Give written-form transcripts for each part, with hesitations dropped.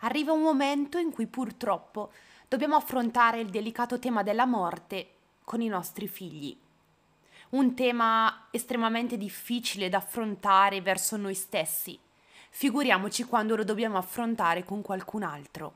arriva un momento in cui purtroppo dobbiamo affrontare il delicato tema della morte con i nostri figli. Un tema estremamente difficile da affrontare verso noi stessi. Figuriamoci quando lo dobbiamo affrontare con qualcun altro.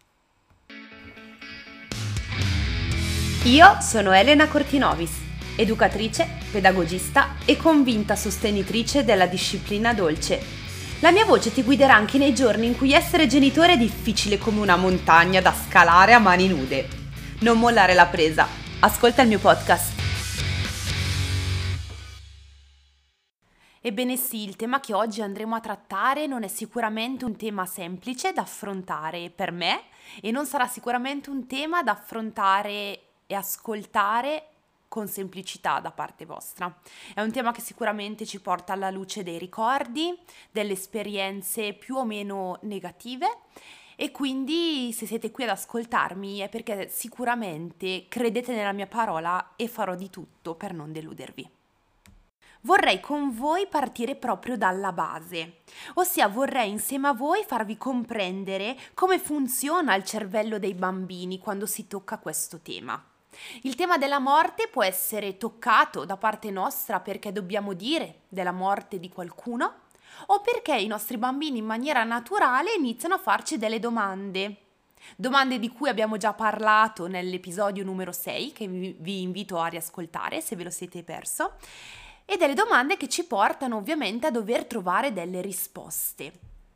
Io sono Elena Cortinovis, educatrice, pedagogista e convinta sostenitrice della disciplina dolce. La mia voce ti guiderà anche nei giorni in cui essere genitore è difficile come una montagna da scalare a mani nude. Non mollare la presa. Ascolta il mio podcast. Ebbene sì, il tema che oggi andremo a trattare non è sicuramente un tema semplice da affrontare per me e non sarà sicuramente un tema da affrontare e ascoltare con semplicità da parte vostra. È un tema che sicuramente ci porta alla luce dei ricordi, delle esperienze più o meno negative e quindi se siete qui ad ascoltarmi è perché sicuramente credete nella mia parola e farò di tutto per non deludervi. Vorrei con voi partire proprio dalla base, ossia vorrei insieme a voi farvi comprendere come funziona il cervello dei bambini quando si tocca questo tema. Il tema della morte può essere toccato da parte nostra perché dobbiamo dire della morte di qualcuno o perché i nostri bambini in maniera naturale iniziano a farci delle domande. Domande di cui abbiamo già parlato nell'episodio numero 6 che vi invito a riascoltare se ve lo siete perso e delle domande che ci portano ovviamente a dover trovare delle risposte.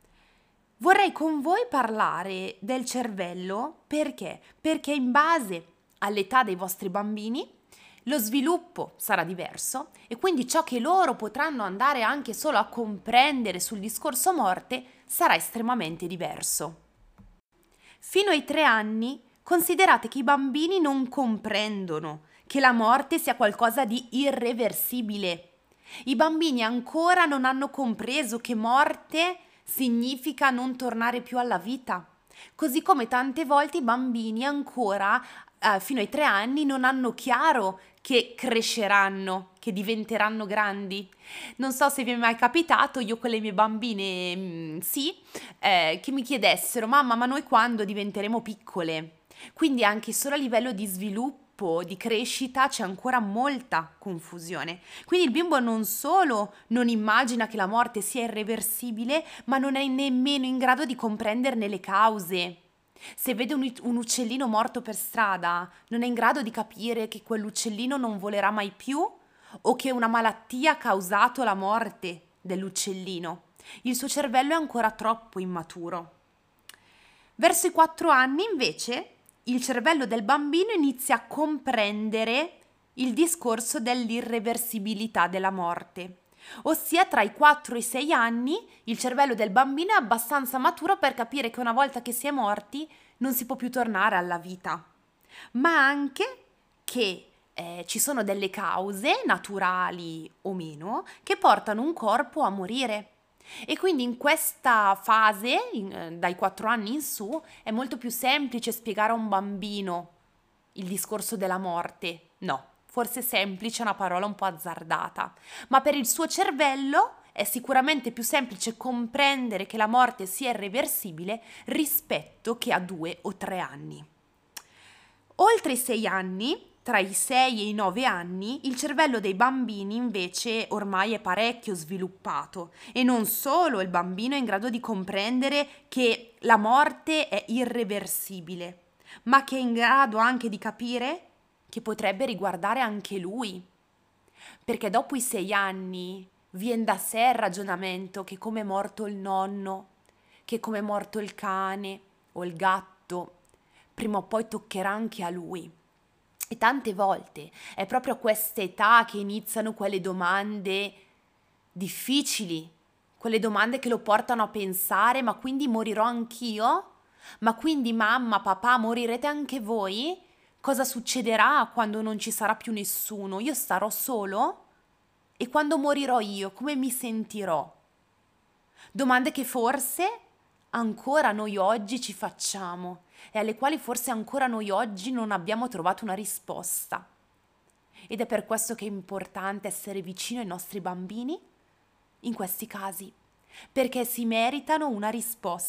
Vorrei con voi parlare del cervello perché? Perché in base all'età dei vostri bambini lo sviluppo sarà diverso e quindi ciò che loro potranno andare anche solo a comprendere sul discorso morte sarà estremamente diverso. Fino ai 3 anni considerate che i bambini non comprendono che la morte sia qualcosa di irreversibile. I bambini ancora non hanno compreso che morte significa non tornare più alla vita. Così come tante volte i bambini ancora fino ai 3 anni non hanno chiaro che cresceranno, che diventeranno grandi. Non so se vi è mai capitato, io con le mie bambine che mi chiedessero: mamma, ma noi quando diventeremo piccole? Quindi anche solo a livello di sviluppo, di crescita c'è ancora molta confusione. Quindi il bimbo non solo non immagina che la morte sia irreversibile, ma non è nemmeno in grado di comprenderne le cause. Se vede un uccellino morto per strada, non è in grado di capire che quell'uccellino non volerà mai più o che una malattia ha causato la morte dell'uccellino. Il suo cervello è ancora troppo immaturo. Verso i 4 anni, invece, il cervello del bambino inizia a comprendere il discorso dell'irreversibilità della morte. Ossia, tra i 4 e i 6 anni, il cervello del bambino è abbastanza maturo per capire che una volta che si è morti non si può più tornare alla vita, ma anche che ci sono delle cause, naturali o meno, che portano un corpo a morire. E quindi in questa fase, dai 4 anni in su, è molto più semplice spiegare a un bambino il discorso della morte. No, forse semplice è una parola un po' azzardata, ma per il suo cervello è sicuramente più semplice comprendere che la morte sia irreversibile rispetto che a 2 o 3 anni. Oltre i 6 anni, tra i 6 e i 9 anni, il cervello dei bambini invece ormai è parecchio sviluppato e non solo il bambino è in grado di comprendere che la morte è irreversibile, ma che è in grado anche di capire che potrebbe riguardare anche lui. Perché dopo i 6 anni viene da sé il ragionamento che come è morto il nonno, che come è morto il cane o il gatto, prima o poi toccherà anche a lui. E tante volte è proprio a questa età che iniziano quelle domande difficili, quelle domande che lo portano a pensare: ma quindi morirò anch'io? Ma quindi mamma, papà, morirete anche voi? Cosa succederà quando non ci sarà più nessuno? Io starò solo? E quando morirò io, come mi sentirò? Domande che forse ancora noi oggi ci facciamo e alle quali forse ancora noi oggi non abbiamo trovato una risposta. Ed è per questo che è importante essere vicino ai nostri bambini in questi casi, perché si meritano una risposta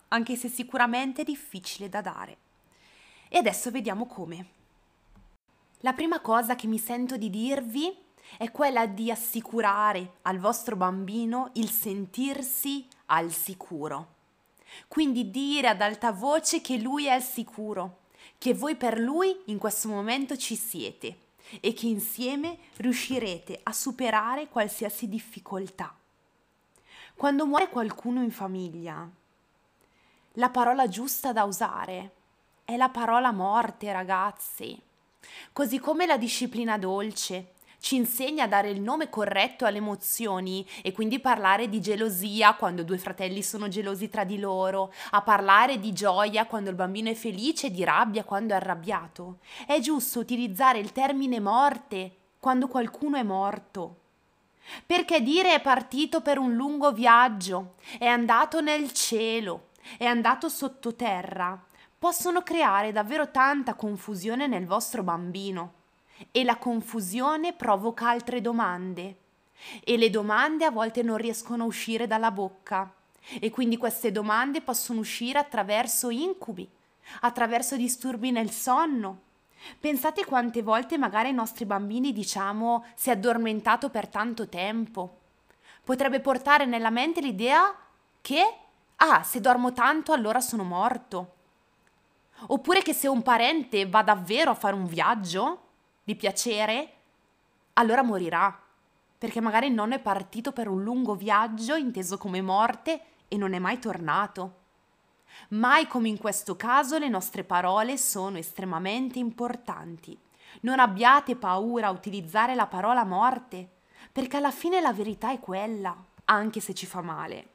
anche se sicuramente è difficile da dare. E adesso vediamo come. La prima cosa che mi sento di dirvi è quella di assicurare al vostro bambino il sentirsi al sicuro. Quindi dire ad alta voce che lui è al sicuro, che voi per lui in questo momento ci siete e che insieme riuscirete a superare qualsiasi difficoltà. Quando muore qualcuno in famiglia, la parola giusta da usare è la parola morte, ragazzi. Così come la disciplina dolce ci insegna a dare il nome corretto alle emozioni e quindi parlare di gelosia quando due fratelli sono gelosi tra di loro, a parlare di gioia quando il bambino è felice e di rabbia quando è arrabbiato. È giusto utilizzare il termine morte quando qualcuno è morto. Perché dire è partito per un lungo viaggio, è andato nel cielo, è andato sottoterra, possono creare davvero tanta confusione nel vostro bambino. E la confusione provoca altre domande. E le domande a volte non riescono a uscire dalla bocca. E quindi queste domande possono uscire attraverso incubi, attraverso disturbi nel sonno. Pensate quante volte magari ai nostri bambini diciamo si è addormentato per tanto tempo. Potrebbe portare nella mente l'idea che, se dormo tanto allora sono morto. Oppure che se un parente va davvero a fare un viaggio di piacere, allora morirà. Perché magari il nonno è partito per un lungo viaggio inteso come morte e non è mai tornato. Mai come in questo caso le nostre parole sono estremamente importanti. Non abbiate paura a utilizzare la parola morte, perché alla fine la verità è quella, anche se ci fa male.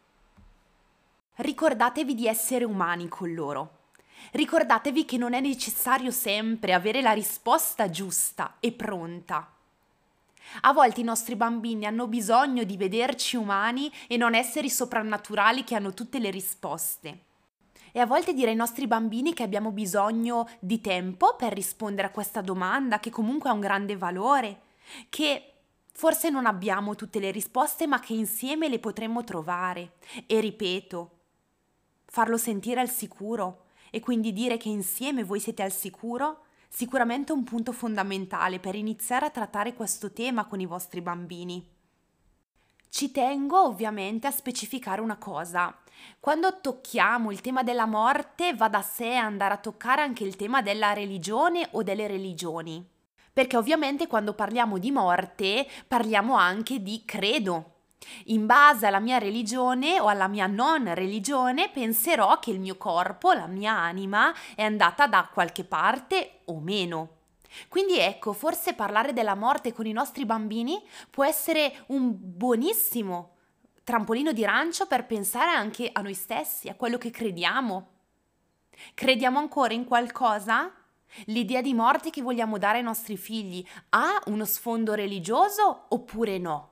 Ricordatevi di essere umani con loro. Ricordatevi che non è necessario sempre avere la risposta giusta e pronta. A volte i nostri bambini hanno bisogno di vederci umani e non esseri soprannaturali che hanno tutte le risposte. E a volte dire ai nostri bambini che abbiamo bisogno di tempo per rispondere a questa domanda, che comunque ha un grande valore, che forse non abbiamo tutte le risposte, ma che insieme le potremmo trovare. E ripeto, farlo sentire al sicuro e quindi dire che insieme voi siete al sicuro, sicuramente è un punto fondamentale per iniziare a trattare questo tema con i vostri bambini. Ci tengo ovviamente a specificare una cosa. Quando tocchiamo il tema della morte, va da sé andare a toccare anche il tema della religione o delle religioni. Perché ovviamente quando parliamo di morte parliamo anche di credo. In base alla mia religione o alla mia non religione penserò che il mio corpo, la mia anima è andata da qualche parte o meno. Quindi ecco, forse parlare della morte con i nostri bambini può essere un buonissimo trampolino di lancio per pensare anche a noi stessi, a quello che crediamo. Crediamo ancora in qualcosa? L'idea di morte che vogliamo dare ai nostri figli ha uno sfondo religioso oppure no?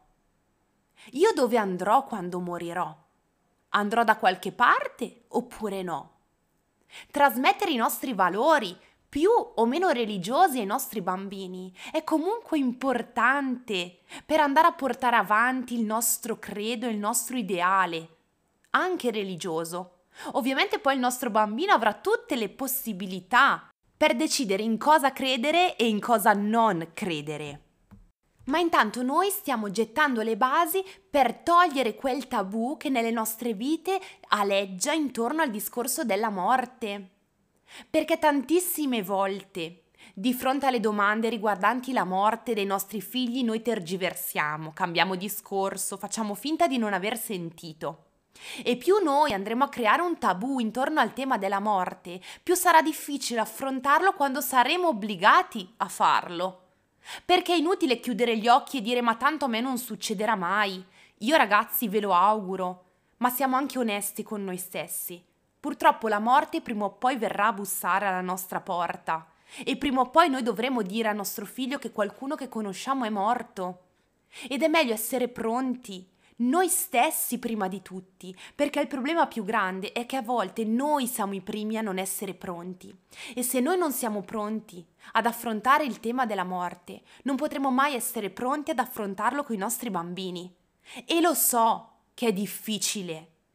Io dove andrò quando morirò? Andrò da qualche parte oppure no? Trasmettere i nostri valori, più o meno religiosi ai nostri bambini, è comunque importante per andare a portare avanti il nostro credo, il nostro ideale, anche religioso. Ovviamente poi il nostro bambino avrà tutte le possibilità per decidere in cosa credere e in cosa non credere. Ma intanto noi stiamo gettando le basi per togliere quel tabù che nelle nostre vite aleggia intorno al discorso della morte. Perché tantissime volte, di fronte alle domande riguardanti la morte dei nostri figli, noi tergiversiamo, cambiamo discorso, facciamo finta di non aver sentito. E più noi andremo a creare un tabù intorno al tema della morte, più sarà difficile affrontarlo quando saremo obbligati a farlo. Perché è inutile chiudere gli occhi e dire ma tanto a me non succederà mai. Io ragazzi ve lo auguro, ma siamo anche onesti con noi stessi. Purtroppo la morte prima o poi verrà a bussare alla nostra porta e prima o poi noi dovremo dire a nostro figlio che qualcuno che conosciamo è morto. Ed è meglio essere pronti, noi stessi prima di tutti, perché il problema più grande è che a volte noi siamo i primi a non essere pronti. E se noi non siamo pronti ad affrontare il tema della morte, non potremo mai essere pronti ad affrontarlo con i nostri bambini. E lo so che è difficile,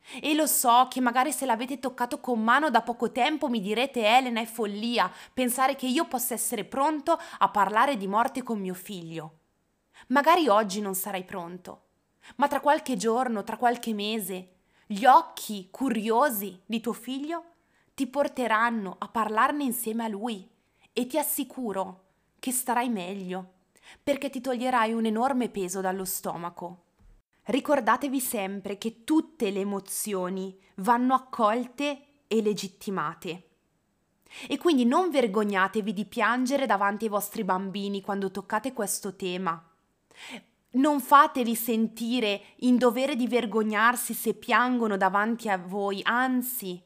E lo so che magari se l'avete toccato con mano da poco tempo mi direte Elena è follia pensare che io possa essere pronto a parlare di morte con mio figlio. Magari oggi non sarai pronto, ma tra qualche giorno, tra qualche mese, gli occhi curiosi di tuo figlio ti porteranno a parlarne insieme a lui e ti assicuro che starai meglio, perché ti toglierai un enorme peso dallo stomaco. Ricordatevi sempre che tutte le emozioni vanno accolte e legittimate. E quindi non vergognatevi di piangere davanti ai vostri bambini quando toccate questo tema. Non fateli sentire in dovere di vergognarsi se piangono davanti a voi, anzi,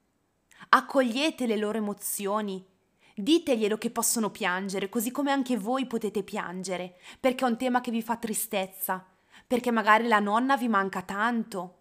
accogliete le loro emozioni. Diteglielo che possono piangere, così come anche voi potete piangere, perché è un tema che vi fa tristezza, perché magari la nonna vi manca tanto,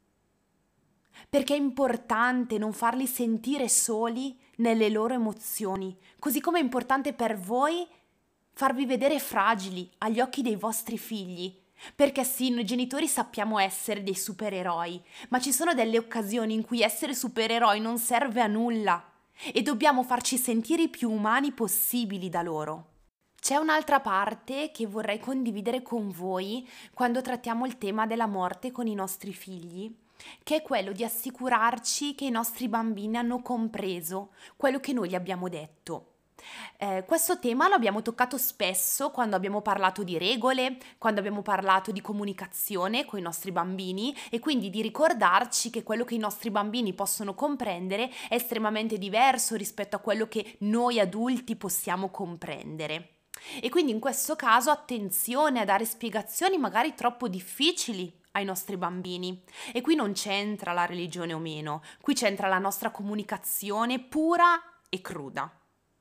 perché è importante non farli sentire soli nelle loro emozioni, così come è importante per voi farvi vedere fragili agli occhi dei vostri figli. Perché sì, noi genitori sappiamo essere dei supereroi, ma ci sono delle occasioni in cui essere supereroi non serve a nulla e dobbiamo farci sentire i più umani possibili da loro. C'è un'altra parte che vorrei condividere con voi quando trattiamo il tema della morte con i nostri figli, che è quello di assicurarci che i nostri bambini hanno compreso quello che noi gli abbiamo detto. Questo tema lo abbiamo toccato spesso quando abbiamo parlato di regole, quando abbiamo parlato di comunicazione con i nostri bambini e quindi di ricordarci che quello che i nostri bambini possono comprendere è estremamente diverso rispetto a quello che noi adulti possiamo comprendere. E quindi in questo caso attenzione a dare spiegazioni magari troppo difficili ai nostri bambini. E qui non c'entra la religione o meno, qui c'entra la nostra comunicazione pura e cruda.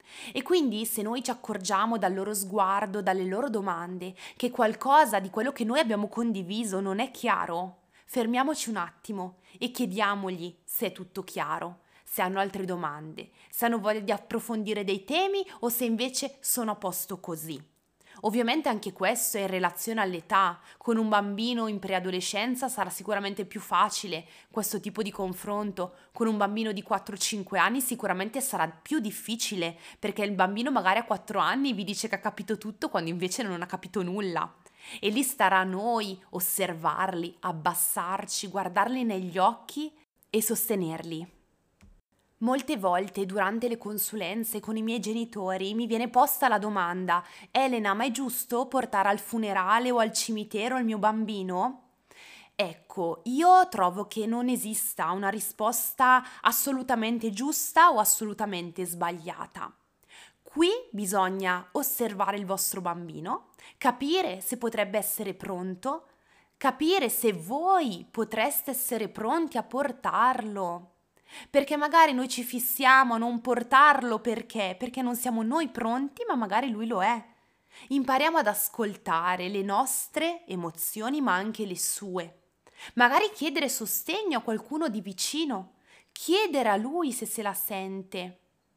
E quindi se noi ci accorgiamo dal loro sguardo, dalle loro domande, che qualcosa di quello che noi abbiamo condiviso non è chiaro, fermiamoci un attimo e chiediamogli se è tutto chiaro, se hanno altre domande, se hanno voglia di approfondire dei temi o se invece sono a posto così. Ovviamente anche questo è in relazione all'età. Con un bambino in preadolescenza sarà sicuramente più facile questo tipo di confronto. Con un bambino di 4-5 anni sicuramente sarà più difficile, perché il bambino magari a 4 anni vi dice che ha capito tutto quando invece non ha capito nulla. E lì starà a noi osservarli, abbassarci, guardarli negli occhi e sostenerli. Molte volte durante le consulenze con i miei genitori mi viene posta la domanda: Elena, ma è giusto portare al funerale o al cimitero il mio bambino? Ecco, io trovo che non esista una risposta assolutamente giusta o assolutamente sbagliata. Qui bisogna osservare il vostro bambino, capire se potrebbe essere pronto, capire se voi potreste essere pronti a portarlo. Perché magari noi ci fissiamo a non portarlo perché non siamo noi pronti, ma magari lui lo è. Impariamo ad ascoltare le nostre emozioni, ma anche le sue. Magari chiedere sostegno a qualcuno di vicino, chiedere a lui se la sente.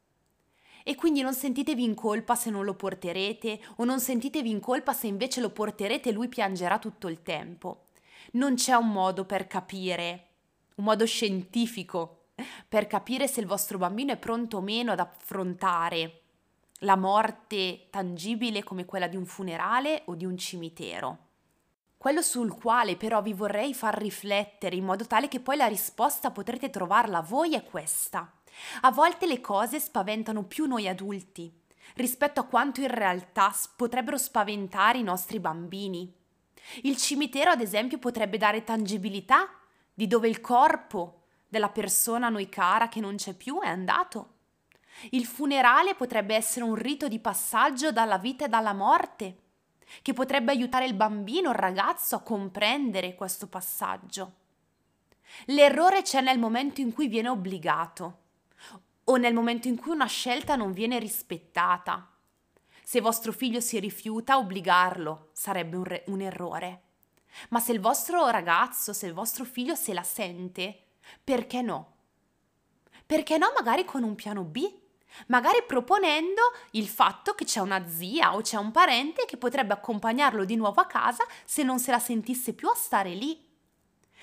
E quindi non sentitevi in colpa se non lo porterete o non sentitevi in colpa se invece lo porterete e lui piangerà tutto il tempo. Non c'è un modo per capire, un modo scientifico per capire se il vostro bambino è pronto o meno ad affrontare la morte tangibile come quella di un funerale o di un cimitero. Quello sul quale però vi vorrei far riflettere in modo tale che poi la risposta potrete trovarla voi è questa. A volte le cose spaventano più noi adulti rispetto a quanto in realtà potrebbero spaventare i nostri bambini. Il cimitero, ad esempio, potrebbe dare tangibilità di dove il corpo della persona a noi cara che non c'è più è andato. Il funerale potrebbe essere un rito di passaggio dalla vita e dalla morte, che potrebbe aiutare il bambino, il ragazzo a comprendere questo passaggio. L'errore c'è nel momento in cui viene obbligato o nel momento in cui una scelta non viene rispettata. Se vostro figlio si rifiuta, obbligarlo sarebbe un errore. Ma se il vostro ragazzo, se il vostro figlio se la sente, perché no? Perché no magari con un piano B? Magari proponendo il fatto che c'è una zia o c'è un parente che potrebbe accompagnarlo di nuovo a casa se non se la sentisse più a stare lì.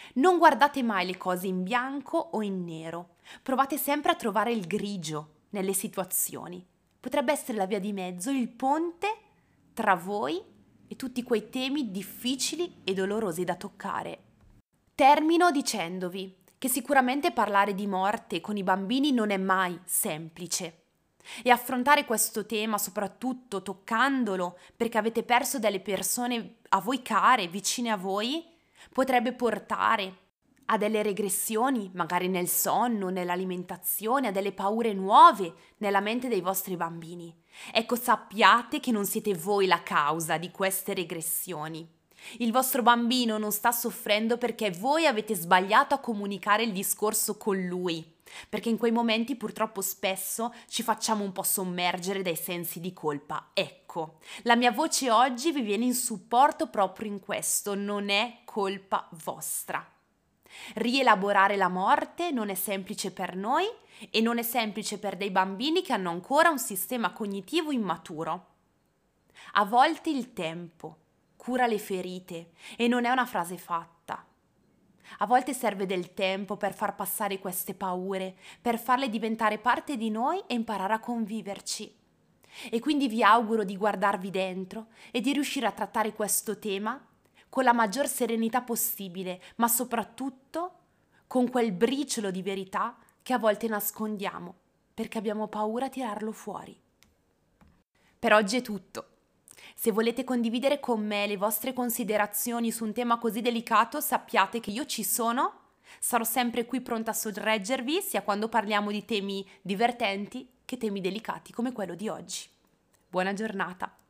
Non guardate mai le cose in bianco o in nero, provate sempre a trovare il grigio nelle situazioni. Potrebbe essere la via di mezzo, il ponte tra voi e tutti quei temi difficili e dolorosi da toccare. Termino dicendovi che sicuramente parlare di morte con i bambini non è mai semplice. E affrontare questo tema, soprattutto toccandolo perché avete perso delle persone a voi care, vicine a voi, potrebbe portare a delle regressioni, magari nel sonno, nell'alimentazione, a delle paure nuove nella mente dei vostri bambini. Ecco, sappiate che non siete voi la causa di queste regressioni. Il vostro bambino non sta soffrendo perché voi avete sbagliato a comunicare il discorso con lui, perché in quei momenti purtroppo spesso ci facciamo un po' sommergere dai sensi di colpa. Ecco, la mia voce oggi vi viene in supporto proprio in questo, non è colpa vostra. Rielaborare la morte non è semplice per noi e non è semplice per dei bambini che hanno ancora un sistema cognitivo immaturo. A volte il tempo cura le ferite e non è una frase fatta. A volte serve del tempo per far passare queste paure, per farle diventare parte di noi e imparare a conviverci. E quindi vi auguro di guardarvi dentro e di riuscire a trattare questo tema con la maggior serenità possibile, ma soprattutto con quel briciolo di verità che a volte nascondiamo, perché abbiamo paura a tirarlo fuori. Per oggi è tutto. Se volete condividere con me le vostre considerazioni su un tema così delicato, sappiate che io ci sono, sarò sempre qui pronta a sorreggervi, sia quando parliamo di temi divertenti che temi delicati come quello di oggi. Buona giornata!